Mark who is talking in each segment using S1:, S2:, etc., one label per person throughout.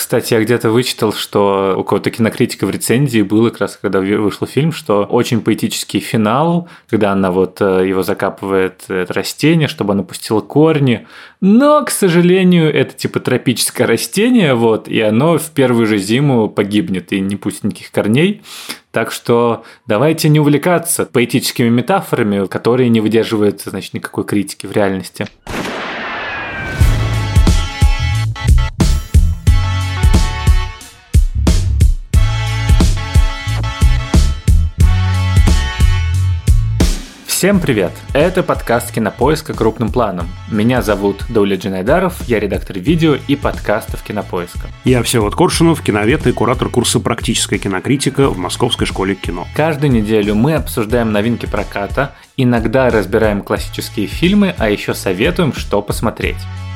S1: Кстати, я где-то вычитал, что у кого-то кинокритика в рецензии было как раз, когда вышел фильм, что очень поэтический финал, когда она вот его закапывает, это растение, чтобы оно пустило корни. Но, к сожалению, это типа тропическое растение, вот, и оно в первую же зиму погибнет и не пустит никаких корней. Так что давайте не увлекаться поэтическими метафорами, которые не выдерживают, значит, никакой критики в реальности. Всем привет! Это подкаст «Кинопоиска. Крупным планом». Меня зовут Даулет Джанайдаров, я редактор видео и подкастов «Кинопоиска».
S2: Я Всеволод Коршунов, киновед и куратор курса «Практическая кинокритика» в Московской школе кино.
S1: Каждую неделю мы обсуждаем новинки проката, иногда разбираем классические фильмы, а еще советуем, что посмотреть.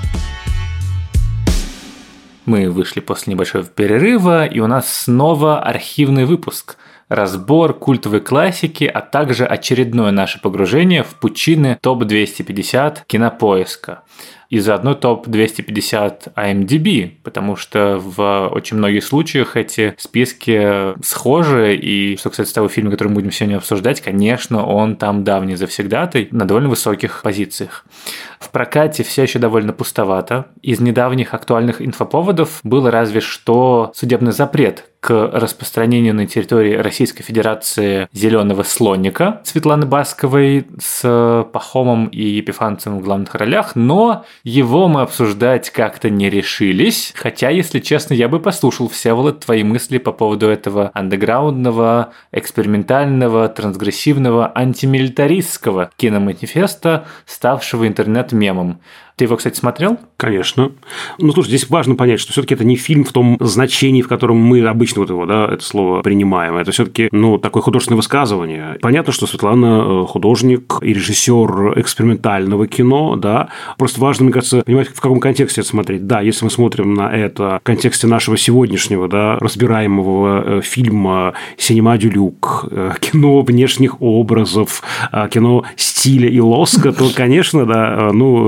S1: Мы вышли после небольшого перерыва, и у нас снова архивный выпуск – разбор культовой классики, а также очередное наше погружение в пучины топ-250 Кинопоиска. И заодно топ-250 IMDb, потому что в очень многих случаях эти списки схожи. И что касается того фильма, который мы будем сегодня обсуждать, конечно, он там давний завсегдатый на довольно высоких позициях. В прокате все еще довольно пустовато. Из недавних актуальных инфоповодов был разве что судебный запрет к распространению на территории Российской Федерации «Зеленого слоника» Светланы Басковой с Пахомом и Епифанцевым в главных ролях, но его мы обсуждать как-то не решились, хотя, если честно, я бы послушал, Всеволод, твои мысли по поводу этого андеграундного, экспериментального, трансгрессивного, антимилитаристского киноманифеста, ставшего интернет-мемом. Ты его, кстати, смотрел?
S2: Конечно. Ну, слушай, здесь важно понять, что все-таки это не фильм в том значении, в котором мы обычно вот его, да, это слово принимаем. Это все-таки, такое художественное высказывание. Понятно, что Светлана художник и режиссер экспериментального кино, да. Просто важно, мне кажется, понимать, в каком контексте это смотреть. Да, если мы смотрим на это в контексте нашего сегодняшнего, да, разбираемого фильма «Синема дю люк», кино внешних образов, кино стиля и лоска, то, конечно, да,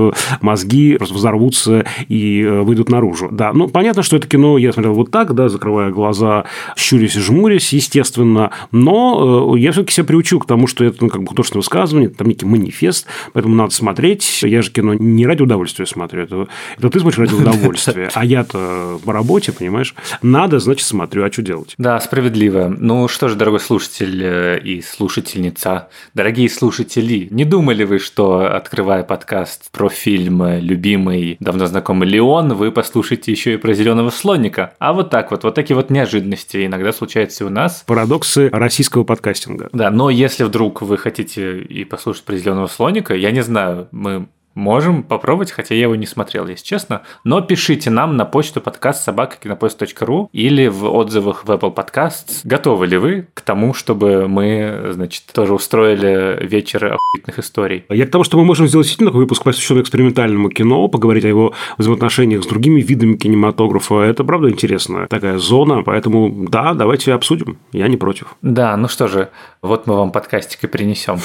S2: мозги просто взорвутся и выйдут наружу. Да, понятно, что это кино я смотрел вот так, да, закрывая глаза, щурясь и жмурясь, естественно, но я все-таки себя приучил к тому, что это, художественное высказывание, там некий манифест, поэтому надо смотреть. Я же кино не ради удовольствия смотрю, это ты смотришь ради удовольствия, а я-то по работе, понимаешь, надо, значит, смотрю, а что делать?
S1: Да, справедливо. Ну что же, дорогой слушатель и слушательница, дорогие слушатели, не думали вы, что, открывая подкаст про фильм любимый, давно знакомый «Леон», вы послушаете еще и про «Зеленого слоника». А вот так вот такие вот неожиданности иногда случаются и у нас.
S2: Парадоксы российского подкастинга.
S1: Да, но если вдруг вы хотите и послушать про «Зеленого слоника», я не знаю, мы можем попробовать, хотя я его не смотрел, если честно. Но пишите нам на почту podcast@kinopoisk.ru или в отзывах в Apple Podcasts. Готовы ли вы к тому, чтобы мы, значит, тоже устроили вечер охуительных историй?
S2: Я к тому, что мы можем сделать действительно такой выпуск, посвященный экспериментальному кино, поговорить о его взаимоотношениях с другими видами кинематографа. Это, правда, интересная такая зона, поэтому, да, давайте обсудим. Я не против.
S1: Да, ну что же, вот мы вам подкастик и принесем.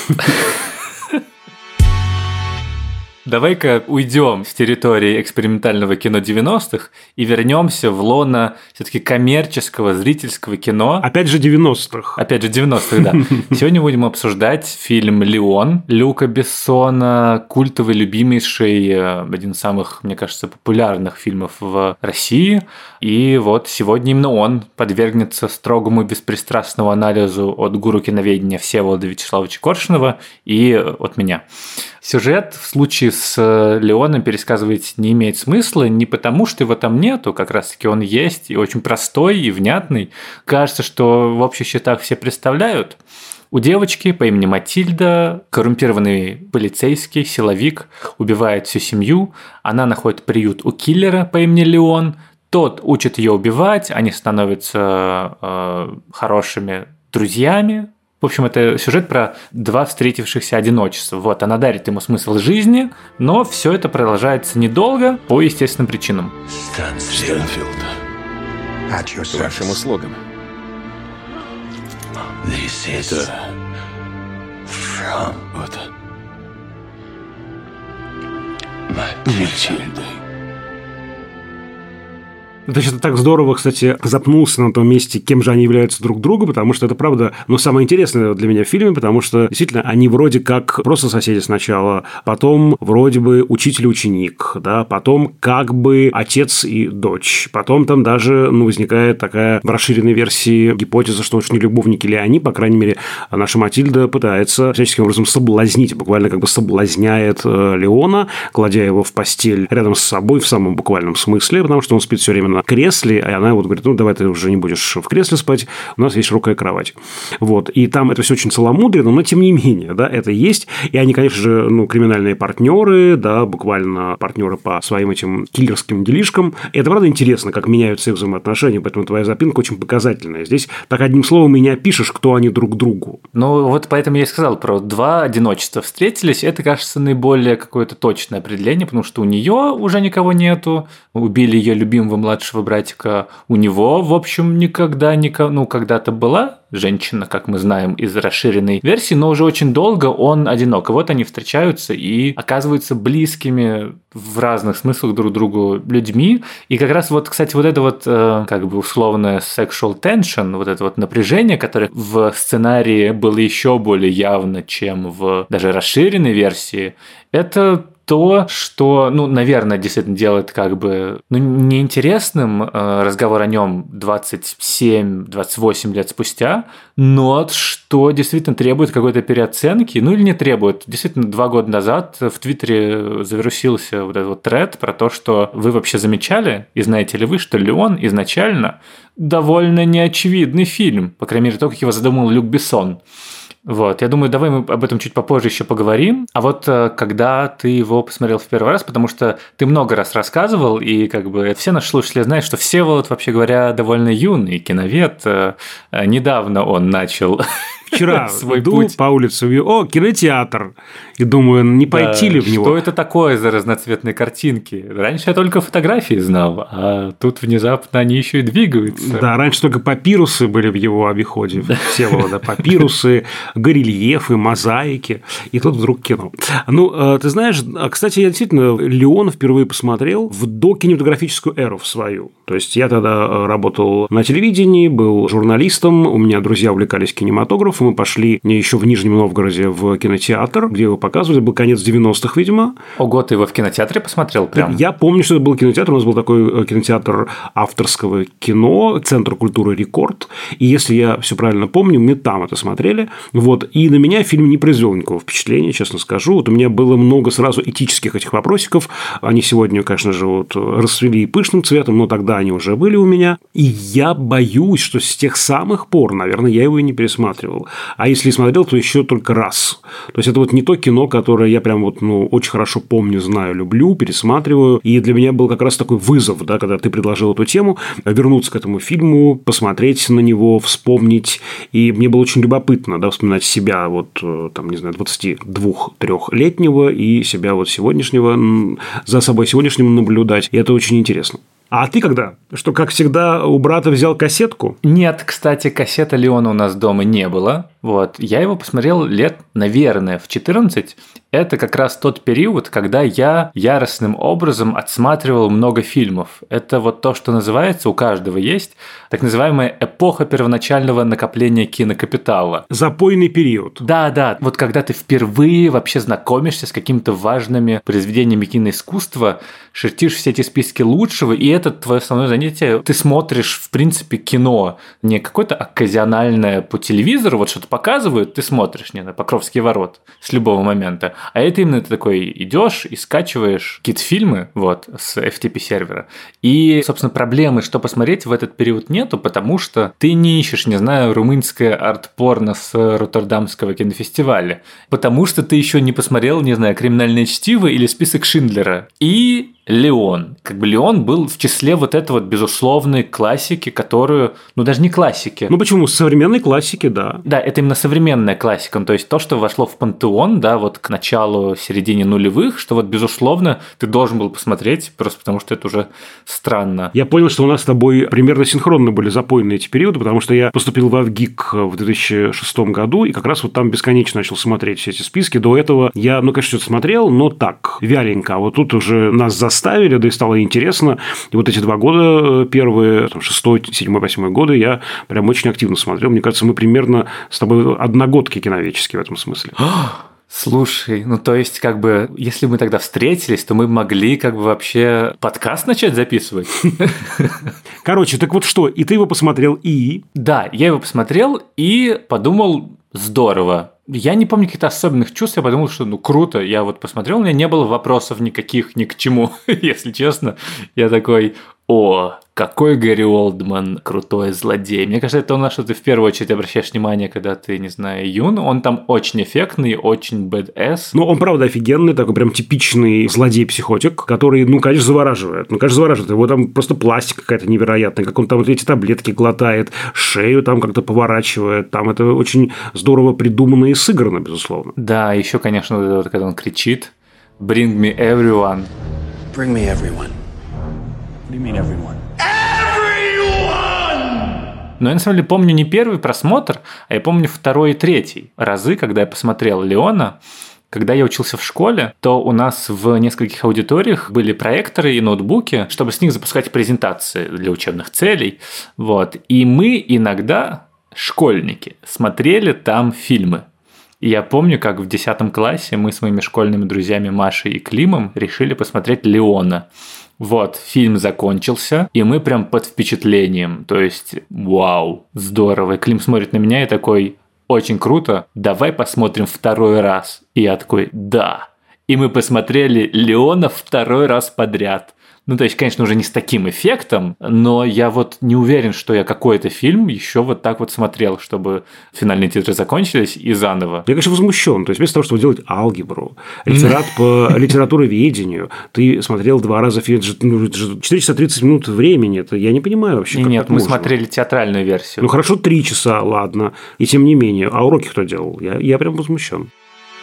S1: Давай-ка уйдем с территории экспериментального кино 90-х и вернемся в лоно все-таки коммерческого зрительского кино.
S2: Опять же 90-х.
S1: Опять же 90-х, да. Сегодня будем обсуждать фильм «Леон» Люка Бессона, культовый, любимейший, один из самых, мне кажется, популярных фильмов в России. И вот сегодня именно он подвергнется строгому беспристрастному анализу от гуру киноведения Всеволода Вячеславовича Коршунова и от меня. Сюжет в случае с Леоном пересказывать не имеет смысла не потому, что его там нету, как раз-таки он есть, и очень простой, и внятный. Кажется, что в общих счетах все представляют. У девочки по имени Матильда коррумпированный полицейский, силовик, убивает всю семью. Она находит приют у киллера по имени Леон. Тот учит ее убивать, они становятся хорошими друзьями. В общем, это сюжет про два встретившихся одиночества. Вот, она дарит ему смысл жизни, но все это продолжается недолго по естественным причинам.
S3: Стэнфилд. К вашим услугам. Это... Вот. Матильда.
S2: Значит, это так здорово, кстати, запнулся на том месте, кем же они являются друг другу, потому что это, правда, самое интересное для меня в фильме, потому что, действительно, они вроде как просто соседи сначала, потом вроде бы учитель и ученик, да, потом как бы отец и дочь, потом там даже, возникает такая в расширенной версии гипотеза, что уж не любовники ли они, по крайней мере, наша Матильда пытается всяческим образом соблазнить, буквально как бы соблазняет Леона, кладя его в постель рядом с собой в самом буквальном смысле, потому что он спит все время на кресле, и она вот говорит, давай ты уже не будешь в кресле спать, у нас есть широкая кровать. Вот. И там это все очень целомудренно, но тем не менее, да, это есть. И они, конечно же, криминальные партнеры, да, буквально партнеры по своим этим киллерским делишкам. И это, правда, интересно, как меняются их взаимоотношения, поэтому твоя запинка очень показательная. Здесь так одним словом и не опишешь, кто они друг другу.
S1: Вот поэтому я и сказал про два одиночества встретились. Это, кажется, наиболее какое-то точное определение, потому что у нее уже никого нету, убили ее любимого младшего братика, у него, в общем, никогда когда-то была женщина, как мы знаем из расширенной версии, но уже очень долго он одинок. И вот они встречаются и оказываются близкими в разных смыслах друг другу людьми. И как раз кстати, это как бы условное sexual tension, вот это напряжение, которое в сценарии было еще более явно, чем в даже расширенной версии, это то, что, наверное, действительно делает как бы неинтересным разговор о нем 27-28 лет спустя, но что действительно требует какой-то переоценки, или не требует. Действительно, 2 года назад в Твиттере завирусился этот тред про то, что вы вообще замечали, и знаете ли вы, что «Леон» изначально довольно неочевидный фильм, по крайней мере, то, как его задумал Люк Бессон. Я думаю, давай мы об этом чуть попозже еще поговорим. А когда ты его посмотрел в первый раз, потому что ты много раз рассказывал, и как бы все наши слушатели знают, что Всеволод, вообще говоря, довольно юный киновед. Недавно он начал
S2: вчера
S1: свой
S2: иду
S1: путь
S2: по улице, кинотеатр, и думаю, не пойти ли в него.
S1: Что это такое за разноцветные картинки? Раньше я только фотографии знал, а тут внезапно они еще и двигаются.
S2: Да, раньше только папирусы были в его обиходе, Всеволода, папирусы, горельефы, мозаики, и тут вдруг кино. Ты знаешь, кстати, я действительно «Леон» впервые посмотрел в докинематографическую эру в свою. То есть я тогда работал на телевидении, был журналистом, у меня друзья увлекались кинематографом, мы пошли еще в Нижнем Новгороде в кинотеатр, где его показывали, был конец 90-х, видимо.
S1: Ого, ты его в кинотеатре посмотрел прям?
S2: Я помню, что это был кинотеатр, у нас был такой кинотеатр авторского кино, Центр культуры «Рекорд», и если я все правильно помню, мы там это смотрели, и на меня фильм не произвел никакого впечатления, честно скажу, у меня было много сразу этических этих вопросиков, они сегодня, конечно же, расцвели пышным цветом, но тогда они уже были у меня, и я боюсь, что с тех самых пор, наверное, я его и не пересматривал. А если и смотрел, то еще только раз. То есть это не то кино, которое я прям очень хорошо помню, знаю, люблю, пересматриваю. И для меня был как раз такой вызов, да, когда ты предложил эту тему, вернуться к этому фильму, посмотреть на него, вспомнить. И мне было очень любопытно, да, вспоминать себя 22-3-летнего и себя сегодняшнего, за собой сегодняшним наблюдать. И это очень интересно. А ты когда? Что, как всегда, у брата взял кассетку?
S1: Нет, кстати, кассета Леона у нас дома не было. Я его посмотрел лет, наверное, в 14. Это как раз тот период, когда я яростным образом отсматривал много фильмов. Это то, что называется, у каждого есть, так называемая эпоха первоначального накопления кинокапитала.
S2: Запойный период.
S1: Да. Когда ты впервые вообще знакомишься с какими-то важными произведениями киноискусства, шертишь все эти списки лучшего, и это твое основное занятие. Ты смотришь, в принципе, кино не какое-то оказиональное по телевизору, что-то показывают, ты смотришь, на Покровские ворота с любого момента. А это именно ты такой идешь и скачиваешь какие-то фильмы с FTP-сервера. И, собственно, проблемы, что посмотреть в этот период нету, потому что ты не ищешь, румынское арт-порно с Роттердамского кинофестиваля, потому что ты еще не посмотрел, «Криминальное чтиво» или «Список Шиндлера». И Леон. Леон был в числе этой безусловной классики, которую, даже не классики.
S2: Почему? Современной классики, да.
S1: Да, это именно современная классика. То есть то, что вошло в пантеон, к началу, середине нулевых, что безусловно ты должен был посмотреть, просто потому что это уже странно.
S2: Я понял, что у нас с тобой примерно синхронно были запойные эти периоды, потому что я поступил в ВГИК в 2006 году, и как раз там бесконечно начал смотреть все эти списки. До этого я, конечно, что-то смотрел, но так, вяленько. А тут уже нас заставили, да и стало интересно. И вот эти 2 года первые, 6-й, 7-й, 8-й годы я прям очень активно смотрел. Мне кажется, мы примерно с тобой одногодки киновеческие в этом смысле.
S1: Слушай, ну то есть, как бы, если мы тогда встретились, то мы могли как бы вообще подкаст начать записывать.
S2: Короче, так вот что, и ты его посмотрел, и...
S1: Да, я его посмотрел и подумал, здорово. Я не помню каких-то особенных чувств, я подумал, что ну круто, я вот посмотрел, у меня не было вопросов никаких ни к чему, если честно. Я такой, о, какой Гэри Олдман крутой злодей. Мне кажется, это на что ты в первую очередь обращаешь внимание, когда ты, не знаю, юн. Он там очень эффектный, очень badass.
S2: Ну, он, правда, офигенный, такой прям типичный злодей-психотик, который, ну, конечно, завораживает. Ну, конечно, завораживает. Его там просто пластика какая-то невероятная, как он там вот эти таблетки глотает, шею там как-то поворачивает. Там это очень здорово придумано и сыграно, безусловно.
S1: Да, еще, конечно, вот, когда он кричит «Bring me everyone».
S3: Bring me everyone. What do you mean everyone?
S1: Но я, на самом деле, помню не первый просмотр, а я помню 2-й и 3-й разы, когда я посмотрел «Леона». Когда я учился в школе, то у нас в нескольких аудиториях были проекторы и ноутбуки, чтобы с них запускать презентации для учебных целей. Вот. И мы иногда, школьники, смотрели там фильмы. И я помню, как в 10 классе мы с моими школьными друзьями Машей и Климом решили посмотреть «Леона». Вот, фильм закончился, и мы прям под впечатлением. То есть, вау, здорово. И Клим смотрит на меня и такой, очень круто, давай посмотрим 2-й раз. И я такой, да. И мы посмотрели «Леона» 2-й раз подряд. Ну, то есть, конечно, уже не с таким эффектом, но я вот не уверен, что я какой-то фильм еще вот так вот смотрел, чтобы финальные титры закончились и заново.
S2: Я, конечно, возмущен. То есть, вместо того, чтобы делать алгебру, реферат по литературоведению, ты смотрел 2 раза фильм, 4 часа 30 минут времени. Это я не понимаю вообще, как
S1: Нет, мы
S2: можно.
S1: смотрели театральную версию.
S2: Ну, хорошо, 3 часа, ладно. И тем не менее. А уроки кто делал? Я прям возмущен.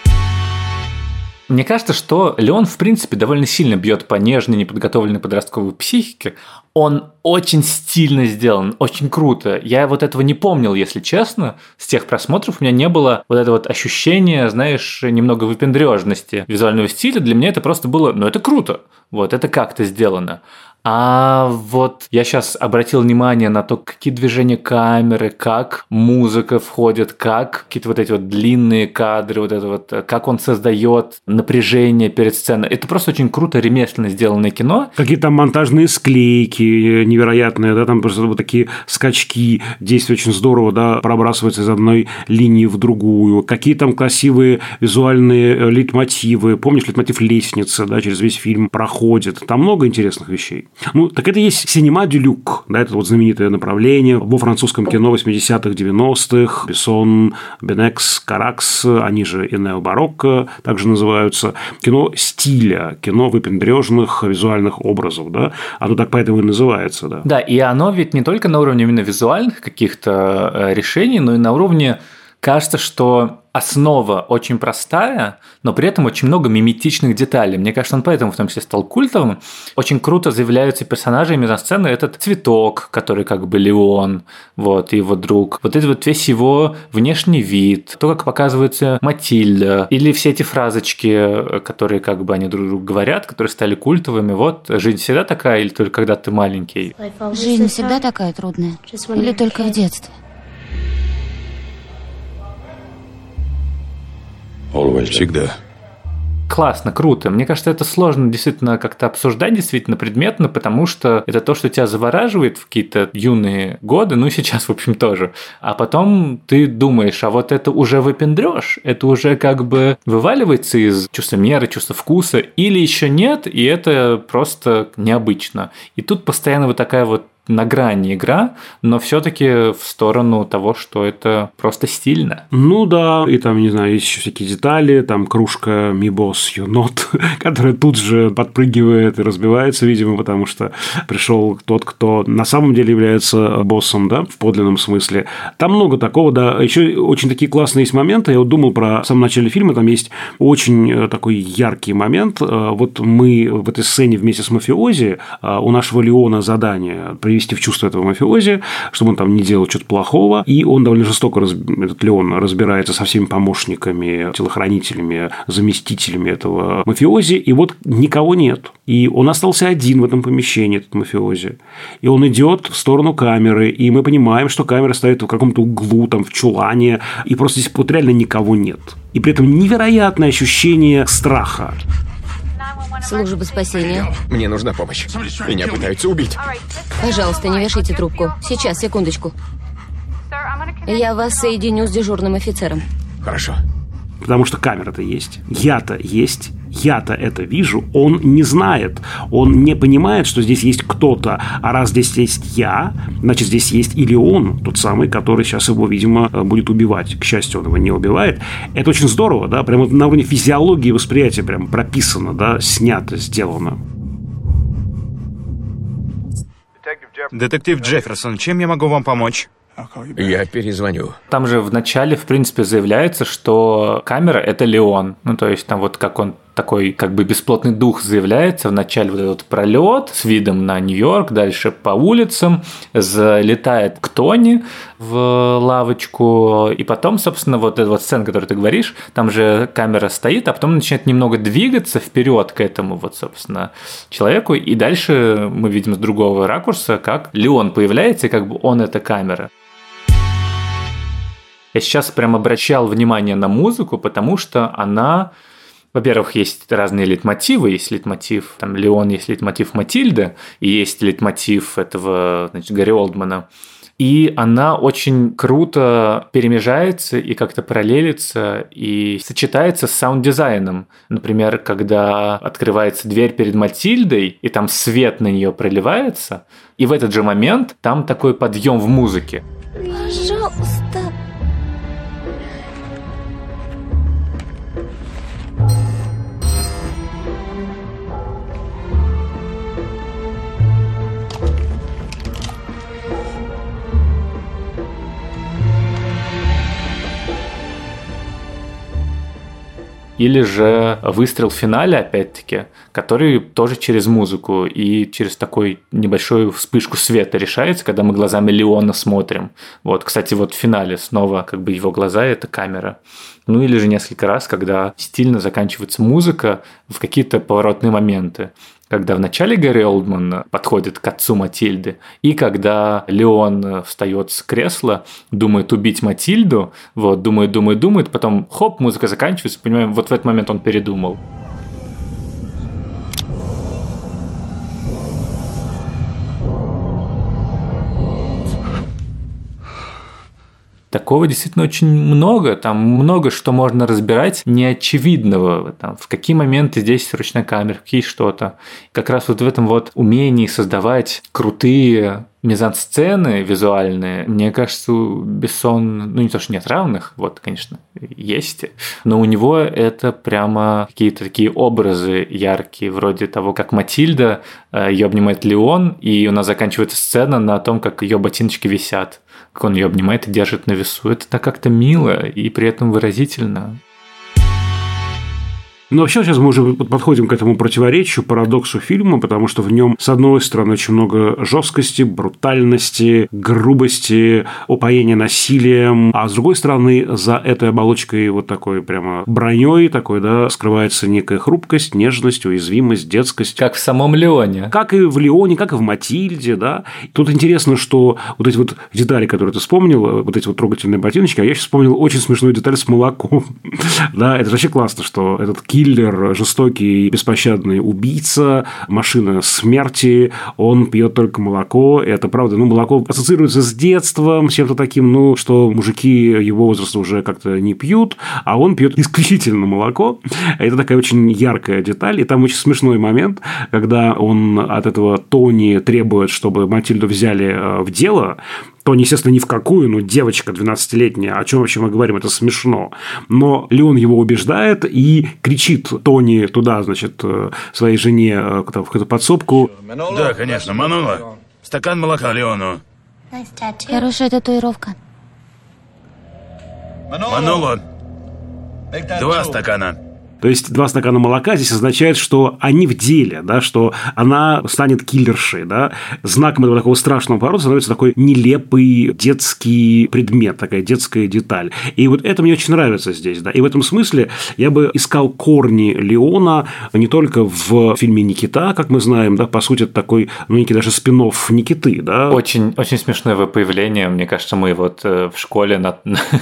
S1: Мне кажется, что Леон, в принципе, довольно сильно бьет по нежной, неподготовленной подростковой психике. Он очень стильно сделан, очень круто. Я вот этого не помнил, если честно. С тех просмотров у меня не было вот этого вот ощущения, знаешь, немного выпендрежности визуального стиля. Для меня это просто было, ну, это круто. Вот, это как-то сделано. А вот я сейчас обратил внимание на то, какие движения камеры, как музыка входит, как какие-то вот эти вот длинные кадры, вот это вот, как он создает напряжение перед сценой. Это просто очень круто ремесленно сделанное кино.
S2: Какие-то там монтажные склейки невероятные, да, там просто вот такие скачки, действие очень здорово, да, пробрасывается из одной линии в другую. Какие там красивые визуальные лейтмотивы. Помнишь, лейтмотив лестницы, да, через весь фильм проходит. Там много интересных вещей. Ну, так это есть синема дю люк, да, это вот знаменитое направление во французском кино 80-х, 90-х, Бессон, Бенекс, Каракс, они же и необарокко также называются, кино стиля, кино выпендрежных визуальных образов, да, оно так поэтому и называется, да.
S1: Да, и оно ведь не только на уровне именно визуальных каких-то решений, но и на уровне, кажется, что основа очень простая, но при этом очень много миметичных деталей. Мне кажется, он поэтому в том числе стал культовым. Очень круто заявляются персонажи мизансцены. Этот цветок, который как бы Леон, вот, и его друг. Вот это вот весь его внешний вид, то, как показывается Матильда, или все эти фразочки, которые как бы они друг другу говорят, которые стали культовыми. Вот, жизнь всегда такая или только когда ты маленький?
S4: Жизнь всегда такая трудная? Или только в детстве?
S3: Всегда.
S1: Классно, круто. Мне кажется, это сложно действительно как-то обсуждать действительно предметно, потому что это то, что тебя завораживает в какие-то юные годы, ну и сейчас, в общем, тоже. А потом ты думаешь, а вот это уже выпендрёж, это уже как бы вываливается из чувства меры, чувства вкуса, или еще нет, и это просто необычно. И тут постоянно вот такая вот на грани игра, но все-таки в сторону того, что это просто стильно.
S2: Ну да, и там, не знаю, есть еще всякие детали, там кружка Mi Boss You Not, которая тут же подпрыгивает и разбивается, видимо, потому что пришел тот, кто на самом деле является боссом, да, в подлинном смысле. Там много такого, да. Еще очень такие классные есть моменты. Я вот думал про в самом начале фильма, там есть очень такой яркий момент. Вот мы в этой сцене вместе с мафиози, у нашего Леона задание привести в чувство этого мафиози, чтобы он там не делал что-то плохого. И он довольно жестоко, этот Леон, разбирается со всеми помощниками, телохранителями, заместителями этого мафиози. И вот никого нет. И он остался один в этом помещении, этот мафиози. И он идет в сторону камеры. И мы понимаем, что камера стоит в каком-то углу, там, в чулане. И просто здесь вот реально никого нет. И при этом невероятное ощущение страха.
S5: Служба спасения.
S6: Мне нужна помощь. Меня пытаются убить.
S5: Пожалуйста, не вешайте трубку. Сейчас, секундочку. Я вас соединю с дежурным офицером.
S6: Хорошо.
S2: Потому что камера-то есть. Я-то есть. Я-то это вижу. Он не знает. Он не понимает, что здесь есть кто-то. А раз здесь есть я, значит, здесь есть или он, тот самый, который сейчас его, видимо, будет убивать. К счастью, он его не убивает. Это очень здорово, да? Прямо на уровне физиологии восприятия прям прописано, да? Снято, сделано.
S7: Детектив Джефферсон, чем я могу вам помочь?
S6: Я перезвоню.
S1: Там же в начале, в принципе, заявляется, что камера – это Леон. Ну, то есть, там вот как он такой как бы бесплотный дух заявляется. В начале вот этот пролет с видом на Нью-Йорк, дальше по улицам, залетает к Тони в лавочку, и потом, собственно, вот эта вот сцена, которую ты говоришь, там же камера стоит, а потом начинает немного двигаться вперед к этому вот, собственно, человеку, и дальше мы видим с другого ракурса, как Леон появляется, и как бы он – это камера. Я сейчас прям обращал внимание на музыку, потому что она... Во-первых, есть разные лейтмотивы. Есть лейтмотив там, Леон, есть лейтмотив Матильды, и есть лейтмотив этого, значит, Гарри Олдмана. И она очень круто перемежается и как-то параллелится и сочетается с саунд-дизайном. Например, когда открывается дверь перед Матильдой, и там свет на нее проливается, и в этот же момент там такой подъем в музыке.
S5: Пожалуйста.
S1: Или же выстрел в финале, опять-таки, который тоже через музыку и через такой небольшую вспышку света решается, когда мы глазами Леона смотрим. Вот, кстати, вот в финале снова как бы его глаза – это камера. Ну или же несколько раз, когда стильно заканчивается музыка в какие-то поворотные моменты. Когда в начале Гарри Олдман подходит к отцу Матильды, и когда Леон встает с кресла, думает убить Матильду, вот, думает, потом хоп, музыка заканчивается, понимаем, вот в этот момент он передумал. Такого действительно очень много, там много что можно разбирать неочевидного, там, в какие моменты здесь ручная камера, в какие что-то. Как раз вот в этом вот умении создавать крутые мизансцены визуальные, мне кажется, у Бессона, ну не то, что нет равных, вот, конечно, есть, но у него это прямо какие-то такие образы яркие, вроде того, как Матильда, ее обнимает Леон, и у нас заканчивается сцена на том, как ее ботиночки висят, как он ее обнимает и держит на весу. Это так как-то мило и при этом выразительно.
S2: Но вообще сейчас мы уже подходим к этому противоречию, парадоксу фильма, потому что в нем, с одной стороны, очень много жесткости, брутальности, грубости, упоения насилием, а с другой стороны, за этой оболочкой вот такой прямо броней такой, да, скрывается некая хрупкость, нежность, уязвимость, детскость.
S1: Как в самом Леоне.
S2: Как и в Леоне, как и в Матильде, да. Тут интересно, что вот эти вот детали, которые ты вспомнил, вот эти вот трогательные ботиночки, а я сейчас вспомнил очень смешную деталь с молоком. Да, это же вообще классно, что этот киллер, жестокий и беспощадный убийца, машина смерти, он пьет только молоко. И это правда, ну, молоко ассоциируется с детством, с чем-то таким, ну, что мужики его возраста уже как-то не пьют, а он пьет исключительно молоко. Это такая очень яркая деталь. И там очень смешной момент, когда он от этого Тони требует, чтобы Матильду взяли в дело. Тони, естественно, ни в какую, но девочка 12-летняя, о чем вообще мы говорим, это смешно. Но Леон его убеждает и кричит Тони туда, значит, своей жене в какую-то подсобку.
S7: Да, конечно, Манула. Стакан молока Леону.
S4: Хорошая татуировка.
S7: Манула. 2 стакана.
S2: То есть 2 стакана молока здесь означает, что они в деле, да, что она станет киллершей. Да. Знаком этого такого страшного поворота становится такой нелепый детский предмет, такая детская деталь. И вот это мне очень нравится здесь. Да. И в этом смысле я бы искал корни Леона не только в фильме «Никита», как мы знаем, да, по сути, это такой, некий даже спин-офф Никиты. Да.
S1: Очень, очень смешное его появление. Мне кажется, мы вот в школе на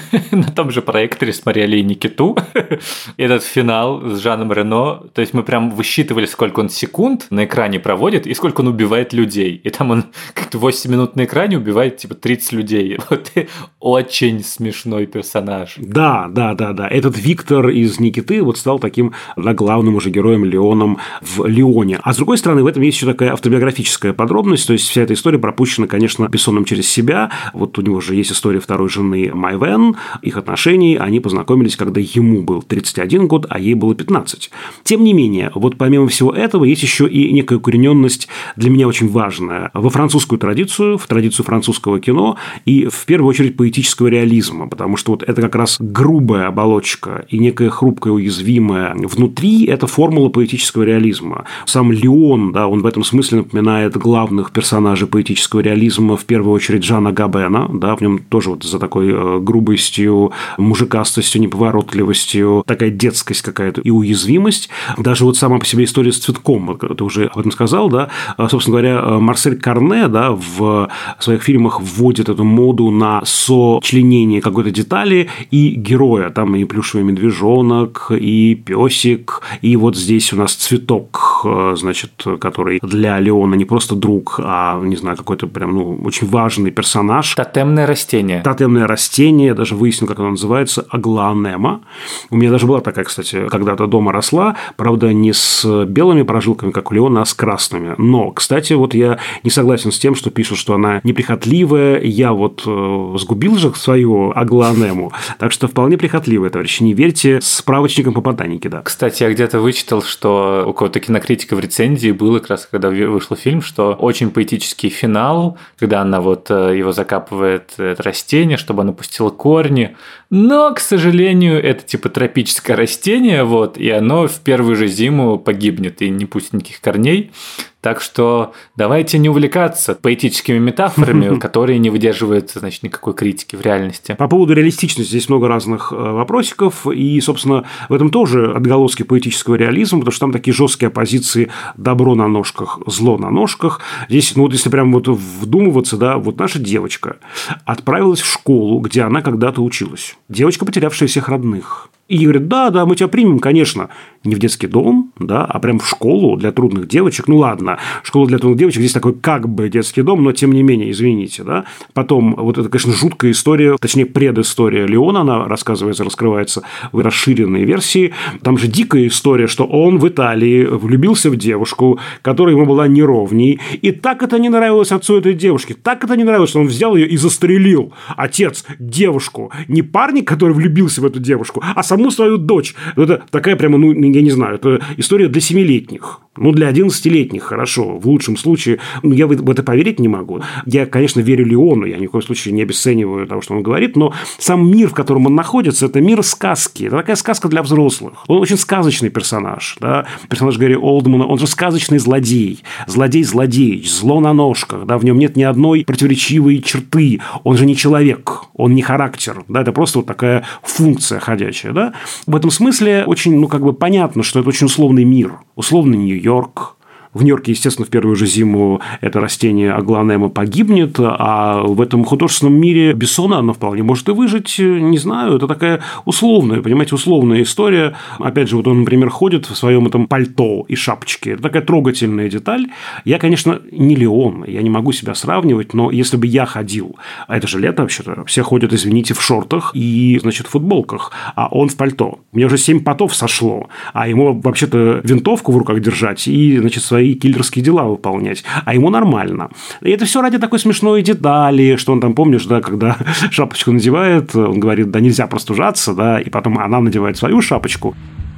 S1: том же проекторе смотрели «Никиту». Этот финал с Жаном Рено. То есть мы прям высчитывали, сколько он секунд на экране проводит и сколько он убивает людей. И там он как-то 8 минут на экране убивает типа 30 людей. Вот очень смешной персонаж.
S2: Да. Этот Виктор из «Никиты» вот стал таким главным уже героем Леоном в «Леоне». А с другой стороны, в этом есть еще такая автобиографическая подробность. То есть вся эта история пропущена, конечно, Бессоном через себя. Вот у него же есть история второй жены Майвен. Их отношений, они познакомились, когда ему был 31 год, а ей было 15. Тем не менее, вот помимо всего этого, есть еще и некая укорененность, для меня очень важная, во французскую традицию, в традицию французского кино и, в первую очередь, поэтического реализма, потому что вот это как раз грубая оболочка и некая хрупкая, уязвимая внутри – это формула поэтического реализма. Сам Леон, да, он в этом смысле напоминает главных персонажей поэтического реализма, в первую очередь Жана Габена, да, в нем тоже вот за такой грубостью, мужикастостью, неповоротливостью, такая детскость какая-то и уязвимость. Даже вот сама по себе история с цветком, ты уже об этом сказал, да, собственно говоря, Марсель Карне, да, в своих фильмах вводит эту моду на сочленение какой-то детали и героя. Там и плюшевый медвежонок, и песик, и вот здесь у нас цветок, значит, который для Леона не просто друг, а, не знаю, какой-то прям, очень важный персонаж.
S1: Тотемное растение.
S2: Тотемное растение, я даже выяснил, как оно называется, агланема. У меня даже была такая, кстати, когда-то дома росла, правда, не с белыми прожилками, как у Леона, а с красными. Но, кстати, вот я не согласен с тем, что пишут, что она неприхотливая. Я вот сгубил же свою агланему, так что вполне прихотливая, товарищи. Не верьте справочникам по ботанике, да.
S1: Кстати, я где-то вычитал, что у кого-то кинокритика в рецензии было как раз, когда вышел фильм, что очень поэтический финал, когда она вот его закапывает, это растение, чтобы оно пустило корни. Но, к сожалению, это типа тропическое растение, вот, и оно в первую же зиму погибнет и не пустит никаких корней. Так что давайте не увлекаться поэтическими метафорами, которые не выдерживают, значит, никакой критики в реальности.
S2: По поводу реалистичности здесь много разных вопросиков, и, собственно, в этом тоже отголоски поэтического реализма, потому что там такие жесткие оппозиции: добро на ножках, зло на ножках. Здесь, вот если прям вот вдумываться, да, вот наша девочка отправилась в школу, где она когда-то училась. Девочка, потерявшая всех родных. И говорит: да, мы тебя примем, конечно, не в детский дом, да, а прям в школу для трудных девочек. Ну, ладно, школа для трудных девочек, здесь такой как бы детский дом, но тем не менее, извините, да. Потом, вот это, конечно, жуткая история, точнее, предыстория Леона, она рассказывается, раскрывается в расширенной версии. Там же дикая история, что он в Италии влюбился в девушку, которая ему была неровней, и так это не нравилось отцу этой девушки, так это не нравилось, что он взял ее и застрелил. Отец девушку, не парня, который влюбился в эту девушку, а саму свою дочь. Это такая прямо, я не знаю, это история для 7-летних. Для 11-летних, хорошо. В лучшем случае, я в это поверить не могу. Я, конечно, верю Леону, я ни в коем случае не обесцениваю того, что он говорит, но сам мир, в котором он находится, это мир сказки. Это такая сказка для взрослых. Он очень сказочный персонаж. Да? Персонаж Гэри Олдмана, он же сказочный злодей. Злодей-злодей, зло на ножках. Да? В нем нет ни одной противоречивой черты. Он же не человек, он не характер. Да? Это просто вот такая функция ходячая. Да? В этом смысле очень, понятно, что это очень условный мир. Условный Нью-Йорк. В Нью-Йорке, естественно, в первую же зиму это растение агланема погибнет, а в этом художественном мире Бессона оно вполне может и выжить, не знаю, это такая условная, понимаете, условная история. Опять же, вот он, например, ходит в своем этом пальто и шапочке. Это такая трогательная деталь. Я, конечно, не Леон, я не могу себя сравнивать, но если бы я ходил, а это же лето вообще-то, все ходят, извините, в шортах и, значит, в футболках, а он в пальто. Мне уже 7 потов сошло, а ему вообще-то винтовку в руках держать и, значит, свои киллерские дела выполнять, а ему нормально. И это все ради такой смешной детали, что он там, помнишь, да, когда шапочку надевает, он говорит: да нельзя простужаться, да, и потом она надевает свою шапочку.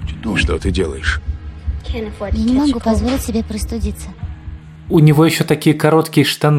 S6: Что ты делаешь?
S4: Я не могу позволить себе простудиться.
S1: У него еще такие короткие штаны.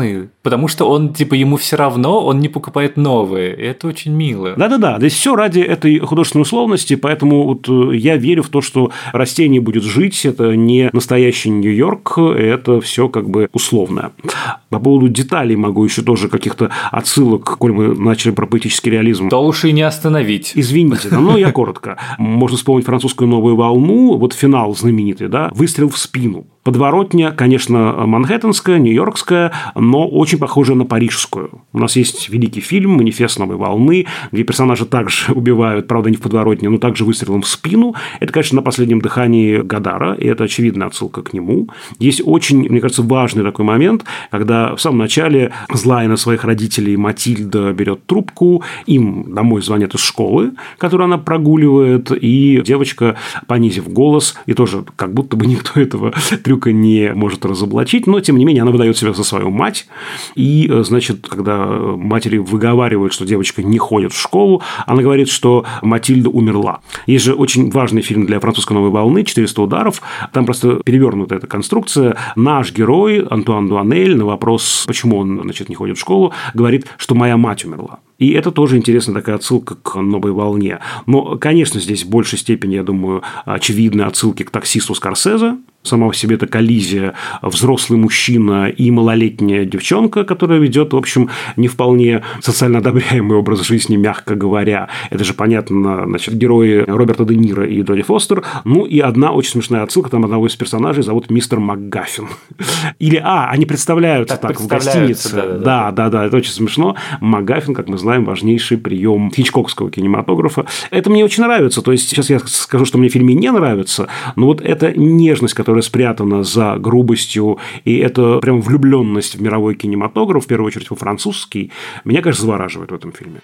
S1: потому что он, типа, ему все равно, он не покупает новые. И это очень мило.
S2: Да-да-да, здесь все ради этой художественной условности, поэтому вот я верю в то, что растение будет жить, это не настоящий Нью-Йорк, это все как бы условное. По поводу деталей могу еще тоже каких-то отсылок, коль мы начали про поэтический реализм.
S1: То уж и не остановить.
S2: Извините, но я коротко. Можно вспомнить французскую «Новую волну», вот финал знаменитый, да, «Выстрел в спину». Подворотня, конечно, манхэттенская, нью-йоркская, но очень похожая на парижскую. У нас есть великий фильм «Манифест новой волны», где персонажи также убивают, правда, не в подворотне, но также выстрелом в спину. Это, конечно, «На последнем дыхании» Годара, и это очевидная отсылка к нему. Есть очень, мне кажется, важный такой момент, когда в самом начале злая на своих родителей Матильда берет трубку, им домой звонят из школы, которую она прогуливает, и девочка, понизив голос, и тоже как будто бы никто этого трюка не может разоблачить, но, тем не менее, она выдает себя за свою мать. И, значит, когда матери выговаривают, что девочка не ходит в школу, она говорит, что Матильда умерла. Есть же очень важный фильм для французской «Новой волны» «400 ударов». Там просто перевернута эта конструкция. Наш герой Антуан Дуанель на вопрос, почему он, значит, не ходит в школу, говорит, что моя мать умерла. И это тоже интересная такая отсылка к «Новой волне». Но, конечно, здесь в большей степени, я думаю, очевидны отсылки к «Таксисту» Скорсезе. Сама по себе это коллизия взрослый мужчина и малолетняя девчонка, которая ведет, в общем, не вполне социально одобряемый образ жизни, мягко говоря. Это же понятно, значит, герои Роберта Де Ниро и Джоди Фостер. Ну, и одна очень смешная отсылка, там одного из персонажей зовут мистер МакГаффин. Или, они представляются так в гостинице. Да, это очень смешно. МакГаффин, как мы знаем, важнейший прием хичкокского кинематографа. Это мне очень нравится. То есть, сейчас я скажу, что мне в фильме не нравится, но вот эта нежность, которая спрятана за грубостью, и это прям влюбленность в мировой кинематограф, в первую очередь во французский, меня, конечно, завораживает в этом фильме.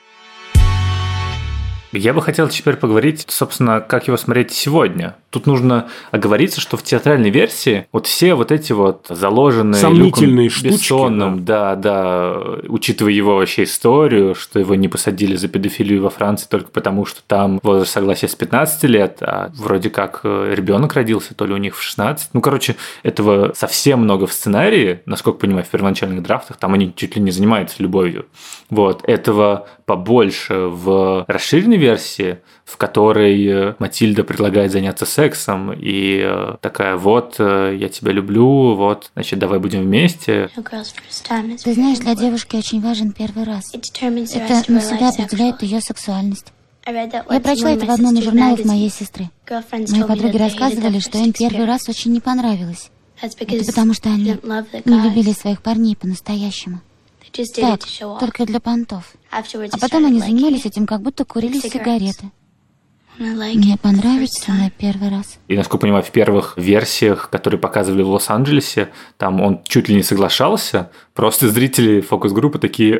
S1: Я бы хотел теперь поговорить, собственно, как его смотреть сегодня. Тут нужно оговориться, что в театральной версии вот все вот эти вот заложенные
S2: сомнительные
S1: Люком Бессоном, да, учитывая его вообще историю, что его не посадили за педофилию во Франции только потому, что там возраст согласия с 15 лет, а вроде как ребенок родился, то ли у них в 16. Ну, короче, этого совсем много в сценарии, насколько понимаю, в первоначальных драфтах, там они чуть ли не занимаются любовью. Вот, этого побольше в расширенной версии, в которой Матильда предлагает заняться сексом, и такая, вот, я тебя люблю, вот, значит, давай будем вместе.
S4: Ты знаешь, для девушки очень важен первый раз. Это навсегда определяет ее сексуальность. Я прочла это в одном из журналов моей сестры. Мои подруги рассказывали, что им первый раз очень не понравилось. Это потому, что они не любили своих парней по-настоящему. Так, только для понтов. А потом они занимались этим, как будто курили сигареты. Мне понравится на первый раз.
S1: И, насколько понимаю, в первых версиях, которые показывали в Лос-Анджелесе, там он чуть ли не соглашался. Просто зрители фокус-группы такие,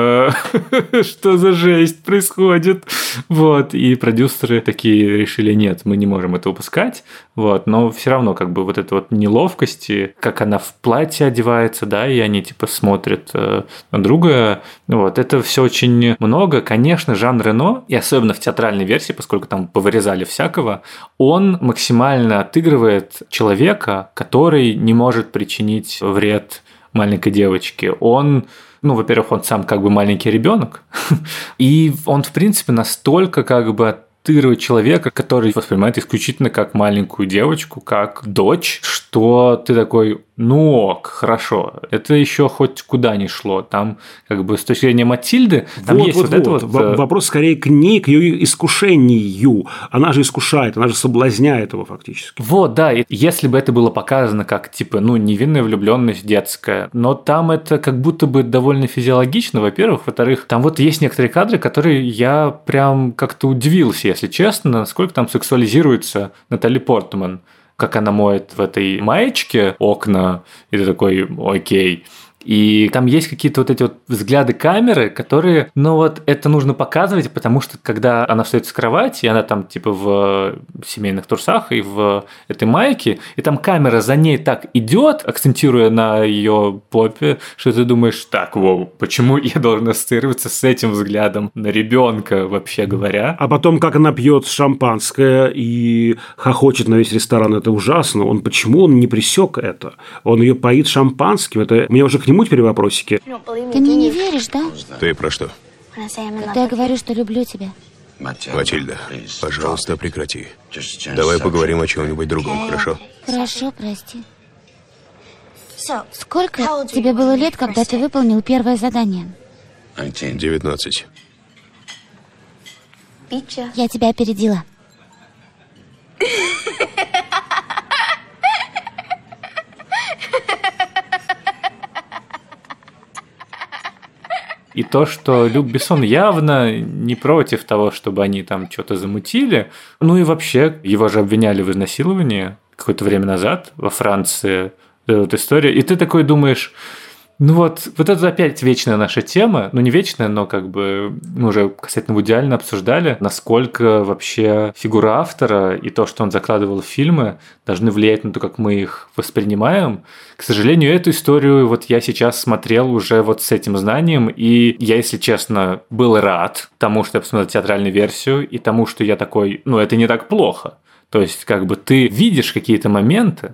S1: что за жесть происходит? Вот, и продюсеры такие решили, нет, мы не можем это выпускать. Вот, но все равно как бы вот эта вот неловкость, как она в платье одевается, да, и они типа смотрят на друга. Вот, это все очень много. Конечно, Жан Рено, и особенно в театральной версии, поскольку там повырезали всякого, он максимально отыгрывает человека, который не может причинить вред маленькой девочке. Он, во-первых, он сам как бы маленький ребенок, и он, в принципе, настолько как бы отыгрывает человека, который воспринимает исключительно как маленькую девочку, как дочь, что ты такой, ок, хорошо, это еще хоть куда ни шло. Там, как бы, с точки зрения Матильды, там есть вот это вот...
S2: Вопрос скорее к ней, к ее искушению. Она же искушает, она же соблазняет его фактически.
S1: Вот, да, и если бы это было показано как, типа, невинная влюбленность детская, но там это как будто бы довольно физиологично, во-первых. Во-вторых, там вот есть некоторые кадры, которые я прям как-то удивился, если честно, насколько там сексуализируется Натали Портман. Как она моет в этой маечке окна, и ты такой, окей. И там есть какие-то вот эти вот взгляды камеры, которые, это нужно показывать, потому что когда она встает с кровати, и она там типа в семейных трусах и в этой майке, и там камера за ней так идет, акцентируя на ее попе, что ты думаешь, так, почему я должен ассоциироваться с этим взглядом на ребенка, вообще говоря?
S2: А потом, как она пьет шампанское и хохочет на весь ресторан, это ужасно. Почему он не пресек это? Он ее поит шампанским. Это мне уже к нему подниму теперь вопросики.
S4: Ты мне не веришь, да?
S6: Ты про что?
S4: Когда я говорю, что люблю тебя.
S6: Матильда, пожалуйста, прекрати. Давай поговорим о чем-нибудь другом, хорошо?
S4: Хорошо, прости. Сколько тебе было лет, когда ты выполнил первое задание?
S6: 19.
S4: Я тебя опередила.
S1: И то, что Люк Бессон явно не против того, чтобы они там что-то замутили. Ну и вообще, его же обвиняли в изнасиловании какое-то время назад во Франции. Вот история. И ты такой думаешь, ну вот это опять вечная наша тема. Ну не вечная, но как бы мы уже касательно Вуди Аллена обсуждали, насколько вообще фигура автора и то, что он закладывал в фильмы, должны влиять на то, как мы их воспринимаем. К сожалению, эту историю вот я сейчас смотрел уже вот с этим знанием, и я, если честно, был рад тому, что я посмотрел театральную версию, и тому, что я такой, ну это не так плохо. То есть как бы ты видишь какие-то моменты,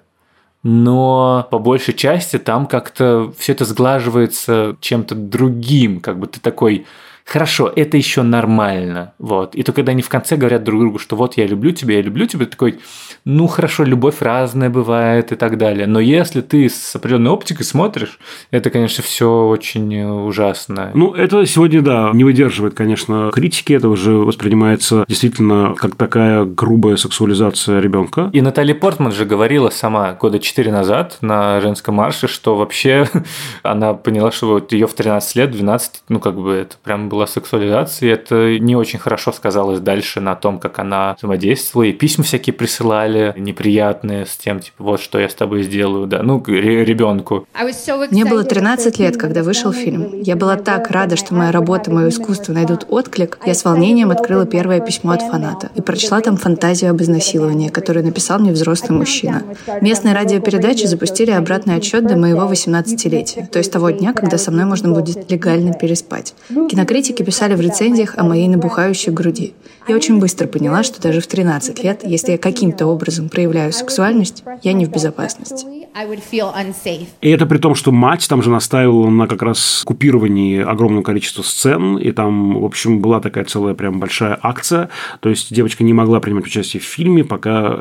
S1: но по большей части там как-то все это сглаживается чем-то другим, как бы ты такой, хорошо, это еще нормально, вот. И то, когда они в конце говорят друг другу, что вот я люблю тебя, ты такой, ну хорошо, любовь разная бывает и так далее. Но если ты с определенной оптикой смотришь, это, конечно, все очень ужасно.
S2: Ну, это сегодня, да, не выдерживает, конечно, критики, это уже воспринимается действительно как такая грубая сексуализация ребенка.
S1: И Натали Портман же говорила сама года 4 назад на женском марше, что вообще она поняла, что вот ее в 13 лет, 12, ну как бы это прям была сексуализация, и это не очень хорошо сказалось дальше на том, как она взаимодействовала, и письма всякие присылали неприятные с тем, типа, вот что я с тобой сделаю, да, ну, ребенку.
S8: Мне было 13 лет, когда вышел фильм. Я была так рада, что моя работа, мое искусство найдут отклик. Я с волнением открыла первое письмо от фаната и прочла там фантазию об изнасиловании, которую написал мне взрослый мужчина. Местные радиопередачи запустили обратный отсчет до моего 18-летия, то есть того дня, когда со мной можно будет легально переспать. Кинокритики писали в рецензиях о моей набухающей груди. Я очень быстро поняла, что даже в 13 лет, если я каким-то образом проявляю сексуальность, я не в безопасности.
S2: И это при том, что мать там же настаивала на как раз купировании огромного количества сцен, и там, в общем, была такая целая прям большая акция, то есть девочка не могла принимать участие в фильме, пока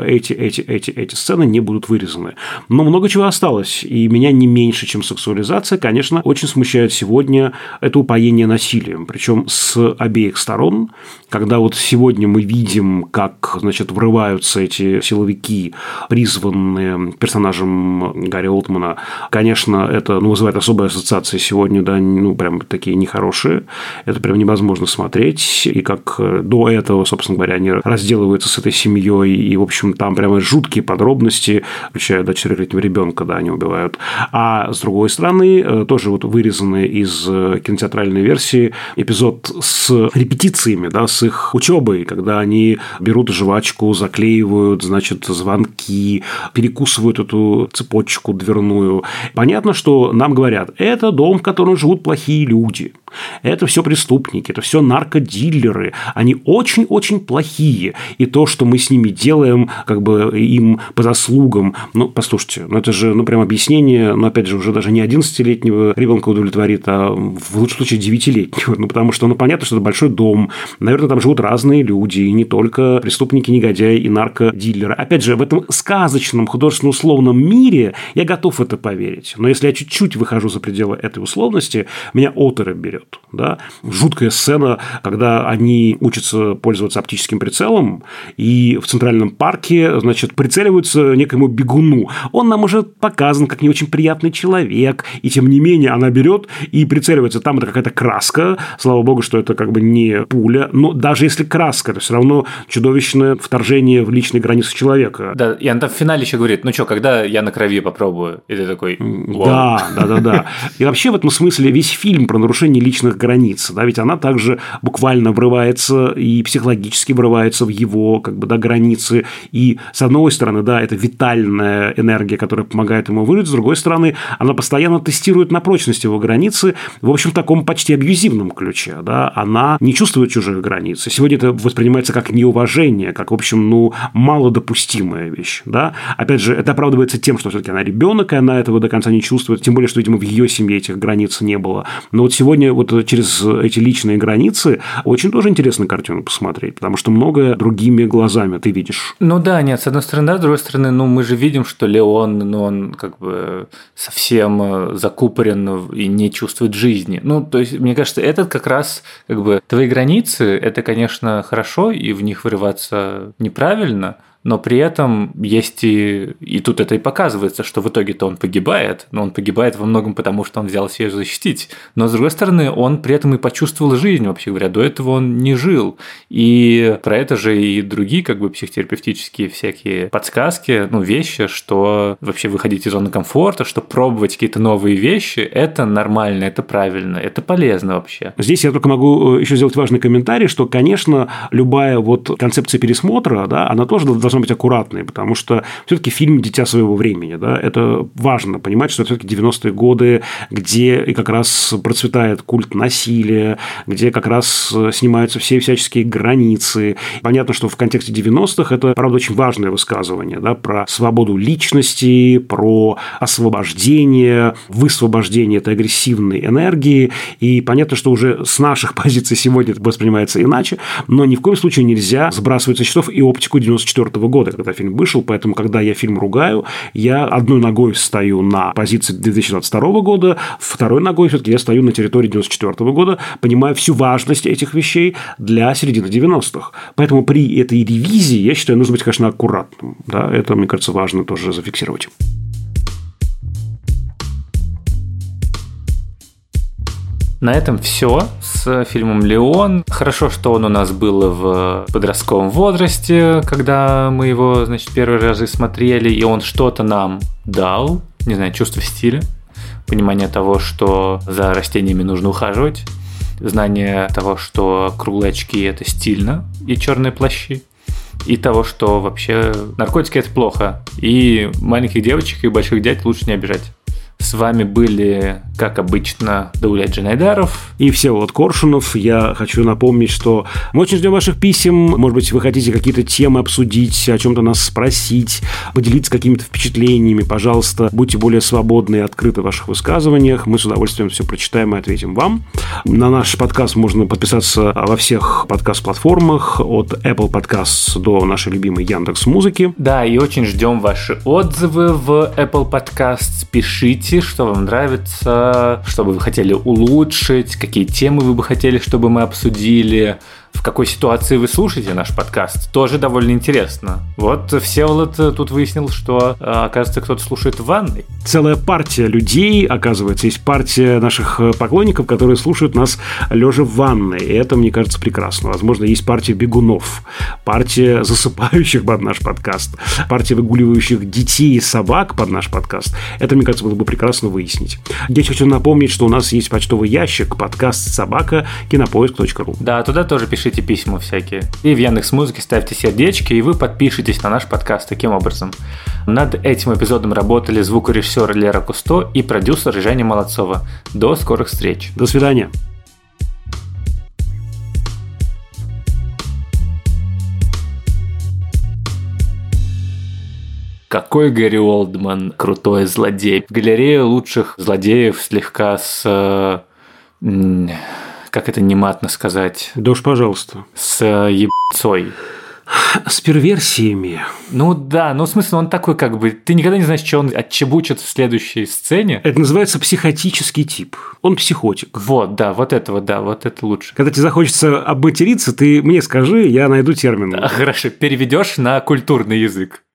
S2: эти сцены не будут вырезаны. Но много чего осталось, и меня не меньше, чем сексуализация, конечно, очень смущает сегодня это упоение насилием, причем с обеих сторон, когда вот сегодня мы видим, как, значит, врываются эти силовики, призванные персонажем Гарри Олдмана. Конечно, это вызывает особые ассоциации сегодня, да, прям такие нехорошие. Это прям невозможно смотреть. И как до этого, собственно говоря, они разделываются с этой семьей, и, в общем, там прямо жуткие подробности, включая до 4-летнего ребенка, да, они убивают. А с другой стороны, тоже вот вырезанный из кинотеатральной версии эпизод с репетициями, да, с их учебой, когда они берут жвачку, заклеивают, значит, звонки, перекусывают эту цепочку дверную. Понятно, что нам говорят, это дом, в котором живут плохие люди. Это все преступники, это все наркодилеры. Они очень-очень плохие. И то, что мы с ними делаем, как бы им по заслугам. Ну, послушайте, это же, прям объяснение, но, опять же, уже даже не 11-летнего ребенка удовлетворит, а в лучшем случае 9-летнего. Потому что, понятно, что это большой дом. Наверное, там живут разные люди, и не только преступники, негодяи и наркодилеры. Опять же, в этом сказочном, художественно-условном мире я готов в это поверить. Но если я чуть-чуть выхожу за пределы этой условности, меня оторопь берет. Да? Жуткая сцена, когда они учатся пользоваться оптическим прицелом, и в Центральном парке, значит, прицеливаются некоему бегуну. Он нам уже показан как не очень приятный человек, и тем не менее она берет и прицеливается. Там это какая-то краска, слава богу, что это как бы не пуля, но даже если краска, это все равно чудовищное вторжение в личные границы человека.
S1: Да, и она там в финале еще говорит, ну что, когда я на крови попробую? И ты такой, вау.
S2: Да. И вообще в этом смысле весь фильм про нарушение личных границ, да, ведь она также буквально врывается и психологически врывается в его, как бы, да, границы. И с одной стороны, да, это витальная энергия, которая помогает ему выжить, с другой стороны, она постоянно тестирует на прочность его границы, в общем, в таком почти абьюзивном ключе. ключе, да, она не чувствует чужих границ. Сегодня это воспринимается как неуважение, как, в общем, малодопустимая вещь, да. Опять же, это оправдывается тем, что все-таки она ребенок, и она этого до конца не чувствует, тем более, что, видимо, в ее семье этих границ не было. Но вот сегодня вот через эти личные границы очень тоже интересно картину посмотреть, потому что многое другими глазами ты видишь.
S1: Ну да, нет, с одной стороны, да, с другой стороны, мы же видим, что Леон, он как бы совсем закупорен и не чувствует жизни. То есть, мне кажется, этот как раз как бы твои границы, это, конечно, хорошо, и в них вырываться неправильно, но при этом есть и тут это и показывается, что в итоге-то он погибает, но он погибает во многом потому, что он взялся ее защитить. Но, с другой стороны, он при этом и почувствовал жизнь, вообще говоря, до этого он не жил. И про это же и другие как бы психотерапевтические всякие подсказки, вещи, что вообще выходить из зоны комфорта, что пробовать какие-то новые вещи, это нормально, это правильно, это полезно вообще.
S2: Здесь я только могу еще сделать важный комментарий, что, конечно, любая вот концепция пересмотра, да, она тоже должна быть аккуратной, потому что все-таки фильм «Дитя своего времени», да, это важно понимать, что это все-таки 90-е годы, где и как раз процветает культ насилия, где как раз снимаются все всяческие границы. Понятно, что в контексте 90-х это, правда, очень важное высказывание, да, про свободу личности, про освобождение, высвобождение этой агрессивной энергии. И понятно, что уже с наших позиций сегодня это воспринимается иначе, но ни в коем случае нельзя сбрасывать со счетов и оптику 94-го года, когда фильм вышел, поэтому, когда я фильм ругаю, я одной ногой стою на позиции 2022 года, второй ногой все-таки я стою на территории 94 года, понимая всю важность этих вещей для середины 90-х. Поэтому при этой ревизии, я считаю, нужно быть, конечно, аккуратным. Да? Это, мне кажется, важно тоже зафиксировать.
S1: На этом все с фильмом «Леон». Хорошо, что он у нас был в подростковом возрасте, когда мы его, первый раз смотрели, и он что-то нам дал, не знаю, чувство стиля, понимание того, что за растениями нужно ухаживать, знание того, что круглые очки – это стильно, и черные плащи, и того, что вообще наркотики – это плохо, и маленьких девочек и больших дядь лучше не обижать. С вами были, как обычно, Даулет Джанайдаров
S2: и Всеволод Коршунов. Я хочу напомнить, что мы очень ждем ваших писем. Может быть, вы хотите какие-то темы обсудить, о чем-то нас спросить, поделиться какими-то впечатлениями. Пожалуйста, будьте более свободны и открыты в ваших высказываниях. Мы с удовольствием все прочитаем и ответим вам. На наш подкаст можно подписаться во всех подкаст-платформах, от Apple Podcasts до нашей любимой Яндекс.Музыки.
S1: Да, и очень ждем ваши отзывы в Apple Podcasts. Пишите, что вам нравится, что бы вы хотели улучшить, какие темы вы бы хотели, чтобы мы обсудили, в какой ситуации вы слушаете наш подкаст. Тоже довольно интересно. Вот Всеволод тут выяснил, что, оказывается, кто-то слушает в ванной.
S2: Целая партия людей, оказывается, есть партия наших поклонников, которые слушают нас лежа в ванной. И это, мне кажется, прекрасно. Возможно, есть партия бегунов, партия засыпающих под наш подкаст, партия выгуливающих детей и собак под наш подкаст. Это, мне кажется, было бы прекрасно выяснить. Я хочу напомнить, что у нас есть почтовый ящик подкаст@кинопоиск.ру.
S1: Да, туда тоже пишите письма всякие. И в Яндекс.Музыке ставьте сердечки, и вы подпишитесь на наш подкаст таким образом. Над этим эпизодом работали звукорежиссер Лера Кусто и продюсер Женя Молодцова. До скорых встреч.
S2: До свидания.
S1: Какой Гэри Олдман крутой злодей. В галерее лучших злодеев слегка с... как это нематно сказать?
S2: Да уж, пожалуйста.
S1: С ебцой.
S2: С перверсиями.
S1: Ну да, в смысле, он такой как бы... Ты никогда не знаешь, что он отчебучит в следующей сцене.
S2: Это называется психотический тип. Он психотик.
S1: Вот это лучше.
S2: Когда тебе захочется обматериться, ты мне скажи, я найду термин.
S1: Да, хорошо, переведешь на культурный язык.